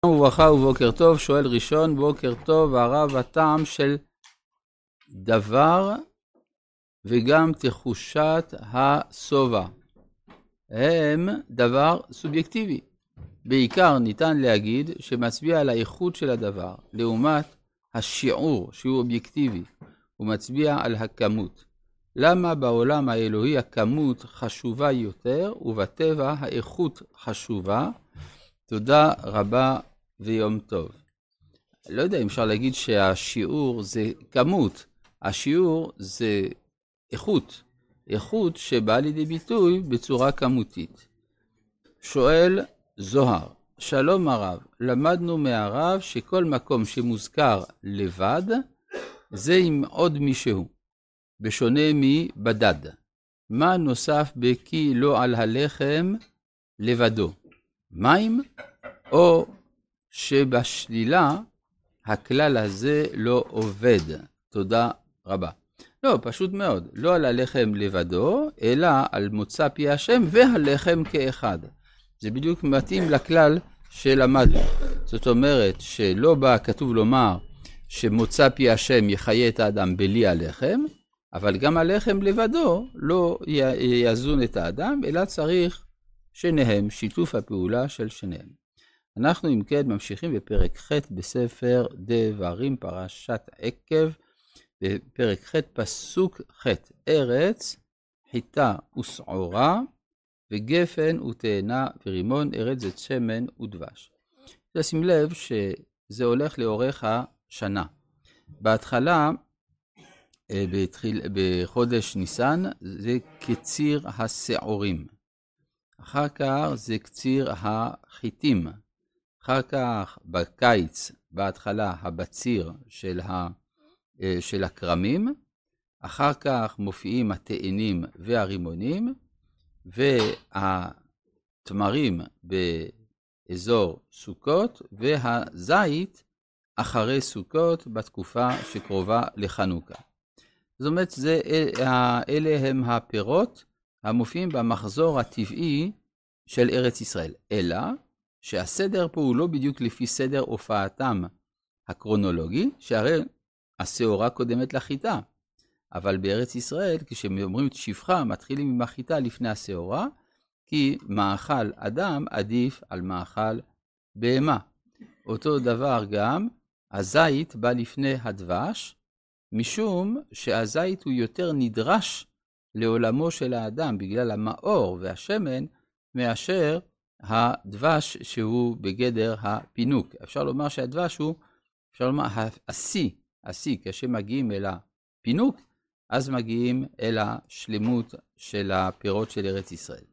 וברכה ובוקר טוב. שואל ראשון, בוקר טוב הרב, הטעם של דבר וגם תחושת הסובה הם דבר סובייקטיבי. בעיקר ניתן להגיד שמצביע על האיכות של הדבר, לעומת השיעור שהוא אובייקטיבי, הוא מצביע על הכמות. למה בעולם האלוהי הכמות חשובה יותר ובטבע האיכות חשובה? תודה רבה ויום טוב. לא יודע אם אפשר להגיד שהשיעור זה כמות, השיעור זה איכות, איכות שבאה לידי ביטוי בצורה כמותית. שואל זוהר, שלום הרב, למדנו מהרב שכל מקום שמוזכר לבד זה עם עוד מישהו, בשונה מבדד. מה נוסף בכי לא על הלחם לבדו? מים? או שבשלילה הכלל הזה לא עובד? תודה רבה. לא, פשוט מאוד. לא על הלחם לבדו, אלא על מוצא פי השם והלחם כאחד. זה בדיוק מתאים לכלל שלמדנו. זאת אומרת שלא בא כתוב לומר שמוצא פי השם יחיה את האדם בלי הלחם, אבל גם הלחם לבדו לא יזון את האדם, אלא צריך שניהם, שיתוף הפעולה של שניהם. אנחנו אם כן ממשיכים בפרק ח' בספר דברים, פרשת עקב, בפרק ח' פסוק ח', ארץ, חיטה ושעורה, וגפן ותאנה ורימון, ארץ זה שמן ודבש. תשים לב שזה הולך לאורך השנה. בהתחלה, בחודש ניסן, זה קציר השעורים. אחר כך זה קציר החיטים. אחר כך בקיץ, בהתחלה הבציר של הקרמים. אחר כך מופיעים התאנים והרימונים, והתמרים באזור סוכות, והזית אחרי סוכות בתקופה שקרובה לחנוכה. זאת אומרת, אלה הם הפירות המופיעים במחזור הטבעי של ארץ ישראל. אלא שהסדר פה הוא לא בדיוק לפי סדר הופעתם הקרונולוגי, שהרי השעורה קודמת לחיטה. אבל בארץ ישראל, כשאומרים את שפחה, מתחילים עם החיטה לפני השעורה, כי מאכל אדם עדיף על מאכל בהמה. אותו דבר גם, הזית בא לפני הדבש, משום שהזית הוא יותר נדרש לעולמו של האדם, בגלל המאור והשמן, מאשר הדבש שהוא בגדר הפינוק. אפשר לומר שהדבש הוא, אפשר לומר, השיא, כשמגיעים אל הפינוק, אז מגיעים אל השלמות של הפירות של ארץ ישראל.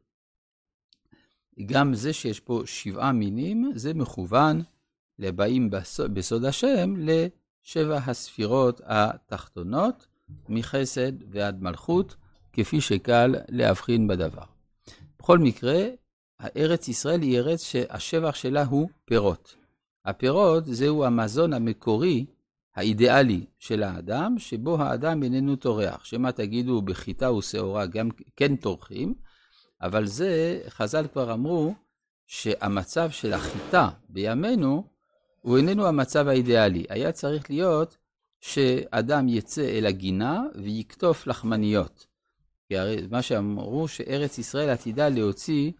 גם זה שיש פה 7 מינים, זה מכוון לבאים בסוד השם, לשבע הספירות התחתונות, מחסד ועד מלכות, כפי שקל להבחין בדבר. בכל מקרה, הארץ ישראל היא ארץ שהשבח שלה הוא פירות. הפירות זהו המזון המקורי, האידיאלי של האדם, שבו האדם איננו טורח. שמה תגידו בחיטה ושעורה גם כן טורחים, אבל זה, חז"ל כבר אמרו, שהמצב של החיטה בימינו, הוא איננו המצב האידיאלי. היה צריך להיות שאדם יצא אל הגינה ויקטוף לחמניות. כי הרי מה שאמרו שארץ ישראל עתידה להוציא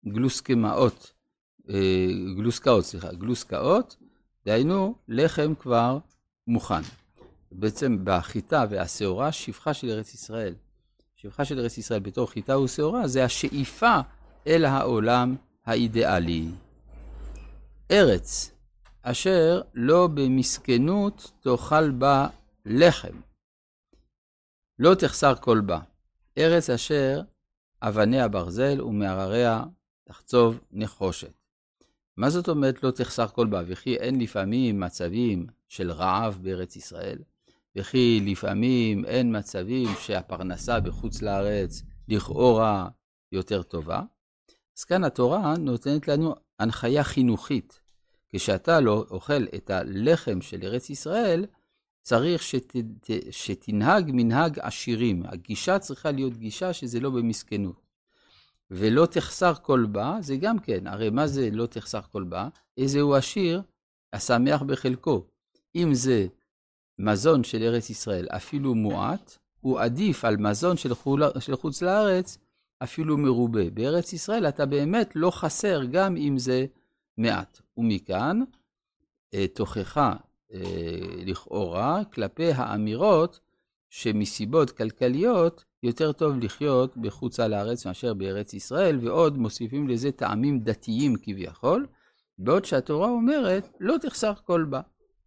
גלוסקאות, דהיינו לחם כבר מוכן. בעצם בחיטה והשעורה, שפחה של ארץ ישראל. שפחה של ארץ ישראל בתור חיטה ושעורה, זה השאיפה אל העולם האידיאלי. ארץ אשר לא במסכנות תאכל בה לחם, לא תחסר כל בה. ארץ אשר אבניה ברזל ומהרריה תחצוב נחושת. מה זאת אומרת לא תחסר כל בה? וכי אין לפעמים מצבים של רעב בארץ ישראל, וכי לפעמים אין מצבים שהפרנסה בחוץ לארץ לכאורה יותר טובה. אז כאן התורה נותנת לנו הנחיה חינוכית. כשאתה לא אוכל את הלחם של ארץ ישראל, צריך שתנהג מנהג עשירים. הגישה צריכה להיות גישה שזה לא במסכנות. ולא תחסר כל בה, זה גם כן, הרי מה זה לא תחסר כל בה? איזהו עשיר, השמח בחלקו. אם זה מזון של ארץ ישראל, אפילו מועט, הוא עדיף על מזון של חוץ לארץ, אפילו מרובה. בארץ ישראל אתה באמת לא חסר גם אם זה מעט. ומכאן תוכחה לכאורה כלפי האמירות שמסיבות כלכליות יותר טוב לחיות בחוץ לארץ מאשר בארץ ישראל, ועוד מוסיפים לזה טעמים דתיים כביכול, בעוד שהתורה אומרת לא תחסר כל בה.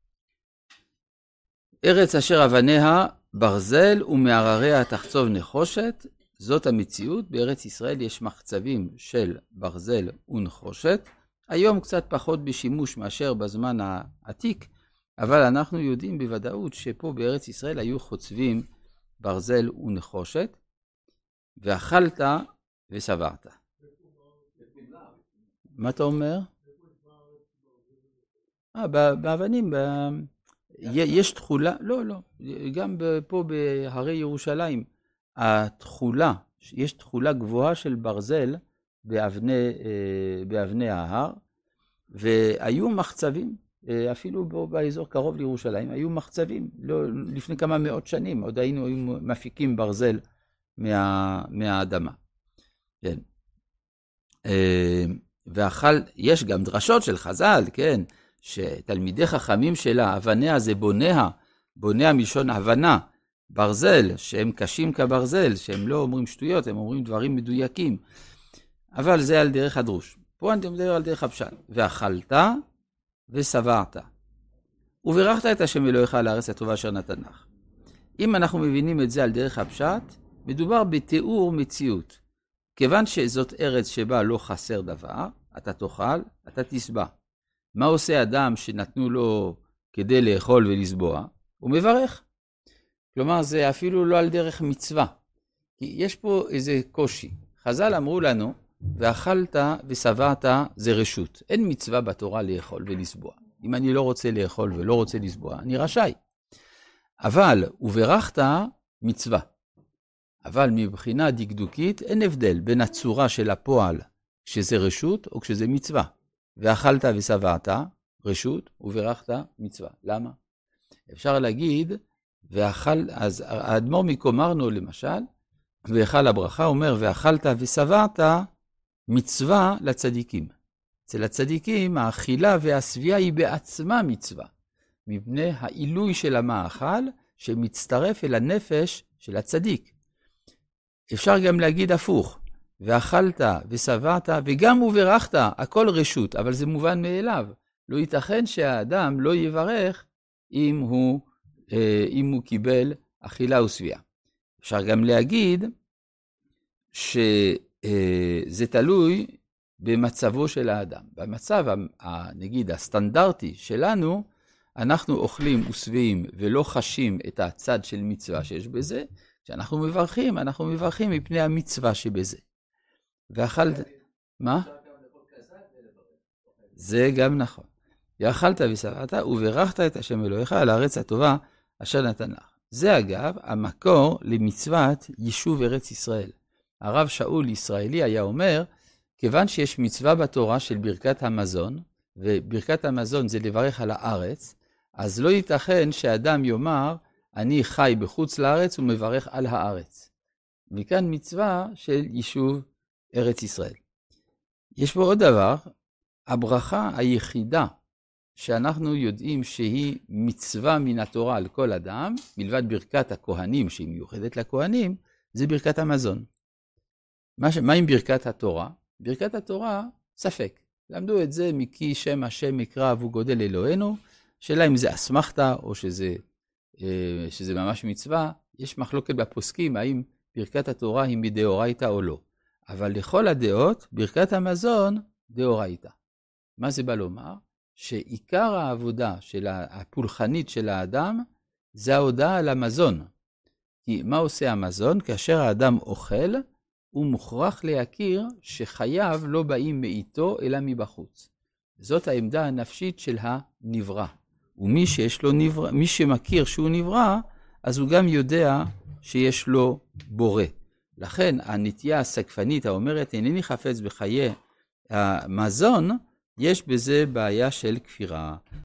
ארץ אשר אבניה ברזל ומערריה תחצוב נחושת, זאת המציאות. בארץ ישראל יש מחצבים של ברזל ונחושת, היום קצת פחות בשימוש מאשר בזמן העתיק, אבל אנחנו יודעים בוודאות שפה בארץ ישראל היו חוצבים ברזל ונחושת, ואכלת ושברת. מה אתה אומר? באבנים, יש תחולה, לא, גם פה בהרי ירושלים, התחולה, יש תחולה גבוהה של ברזל באבני ההר, והיו מחצבים, אפילו באזור קרוב לירושלים, היו מחצבים, לפני כמה מאות שנים, עוד היינו מפיקים ברזל מהאדמה. כן. יש גם דרשות של חז"ל, כן, שתלמידי חכמים שלה, אבניה זה בוניה מלשון הבנה, ברזל, שהם קשים כברזל, שהם לא אומרים שטויות, הם אומרים דברים מדויקים, אבל זה על דרך הדרוש. פה אני מדבר על דרך הפשט. ואכלת ושבעת, וברכת את השם אלוהיך על הארץ הטובה אשר נתן לך. אם אנחנו מבינים את זה על דרך הפשט, מדובר בתיאור מציאות. כיוון שזאת ארץ שבה לא חסר דבר, אתה תאכל, אתה תשבע. מה עושה אדם שנתנו לו כדי לאכול ולסבוע? הוא מברך. כלומר, זה אפילו לא על דרך מצווה. כי יש פה איזה קושי. חז"ל אמרו לנו, ואכלת ושבעת זה רשות. אין מצווה בתורה לאכול ולסבוע. אם אני לא רוצה לאכול ולא רוצה לסבוע, אני רשאי. אבל, וברכת מצווה. אבל מבחינה דקדוקית אין הבדל בין הצורה של הפועל כשזה רשות או כשזה מצווה. ואכלת ושבעת רשות וברכת מצווה. למה? אפשר להגיד, אז האדמו"ר מקומרנו למשל, והיכל הברכה אומר, ואכלת ושבעת מצווה לצדיקים. אצל הצדיקים האכילה והשביעה היא בעצמה מצווה, מפני העילוי של המאכל שמצטרף אל הנפש של הצדיק. אפשר גם להגיד הפוך, ואכלת ושבעת וגם וברכת, הכל רשות, אבל זה מובן מאליו. לא ייתכן שהאדם לא יברך אם הוא קיבל אכילה ושביעה. אפשר גם להגיד שזה תלוי במצבו של האדם. במצב, נגיד, הסטנדרטי שלנו, אנחנו אוכלים ושביעים ולא חשים את הצד של מצווה שיש בזה. כשאנחנו מברכים מפני המצווה שבזה. ואכלת, מה? זה גם נכון. ואכלת ושבעת וברכת את השם אלוהיך על הארץ הטובה אשר נתן לך. זה אגב המקור למצוות יישוב ארץ ישראל. הרב שאול ישראלי היה אומר, כיוון שיש מצווה בתורה של ברכת המזון, וברכת המזון זה לברך על הארץ, אז לא ייתכן שאדם יאמר, אני חי בחוץ לארץ ומברך על הארץ. מכאן מצווה של יישוב ארץ ישראל. יש פה עוד דבר, הברכה היחידה שאנחנו יודעים שהיא מצווה מן התורה על כל אדם, מלבד ברכת הכהנים שהיא מיוחדת לכהנים, זה ברכת המזון. מה עם ברכת התורה? ברכת התורה, ספק. למדו את זה מכי שם השם יקרא וגודל אלוהינו, שאלה אם זה אסמכתה או שזה ממש מצווה, יש מחלוקת בפוסקים האם ברכת התורה היא מדאורייתא או לא. אבל לכל הדעות, ברכת המזון דאורייתא. מה זה בא לומר? שעיקר העבודה של הפולחנית של האדם, זה ההודעה על המזון. כי מה עושה המזון? כאשר האדם אוכל, הוא מוכרח להכיר שחייו לא באים מאיתו אלא מבחוץ. זאת העמדה הנפשית של הנברא. ומי שיש לו נברא, מי שמכיר שהוא נברא, אז הוא גם יודע שיש לו בורא. לכן הנטייה הסקפנית האומרת, אינני חפץ בחיי המזון, יש בזה בעיה של כפירה.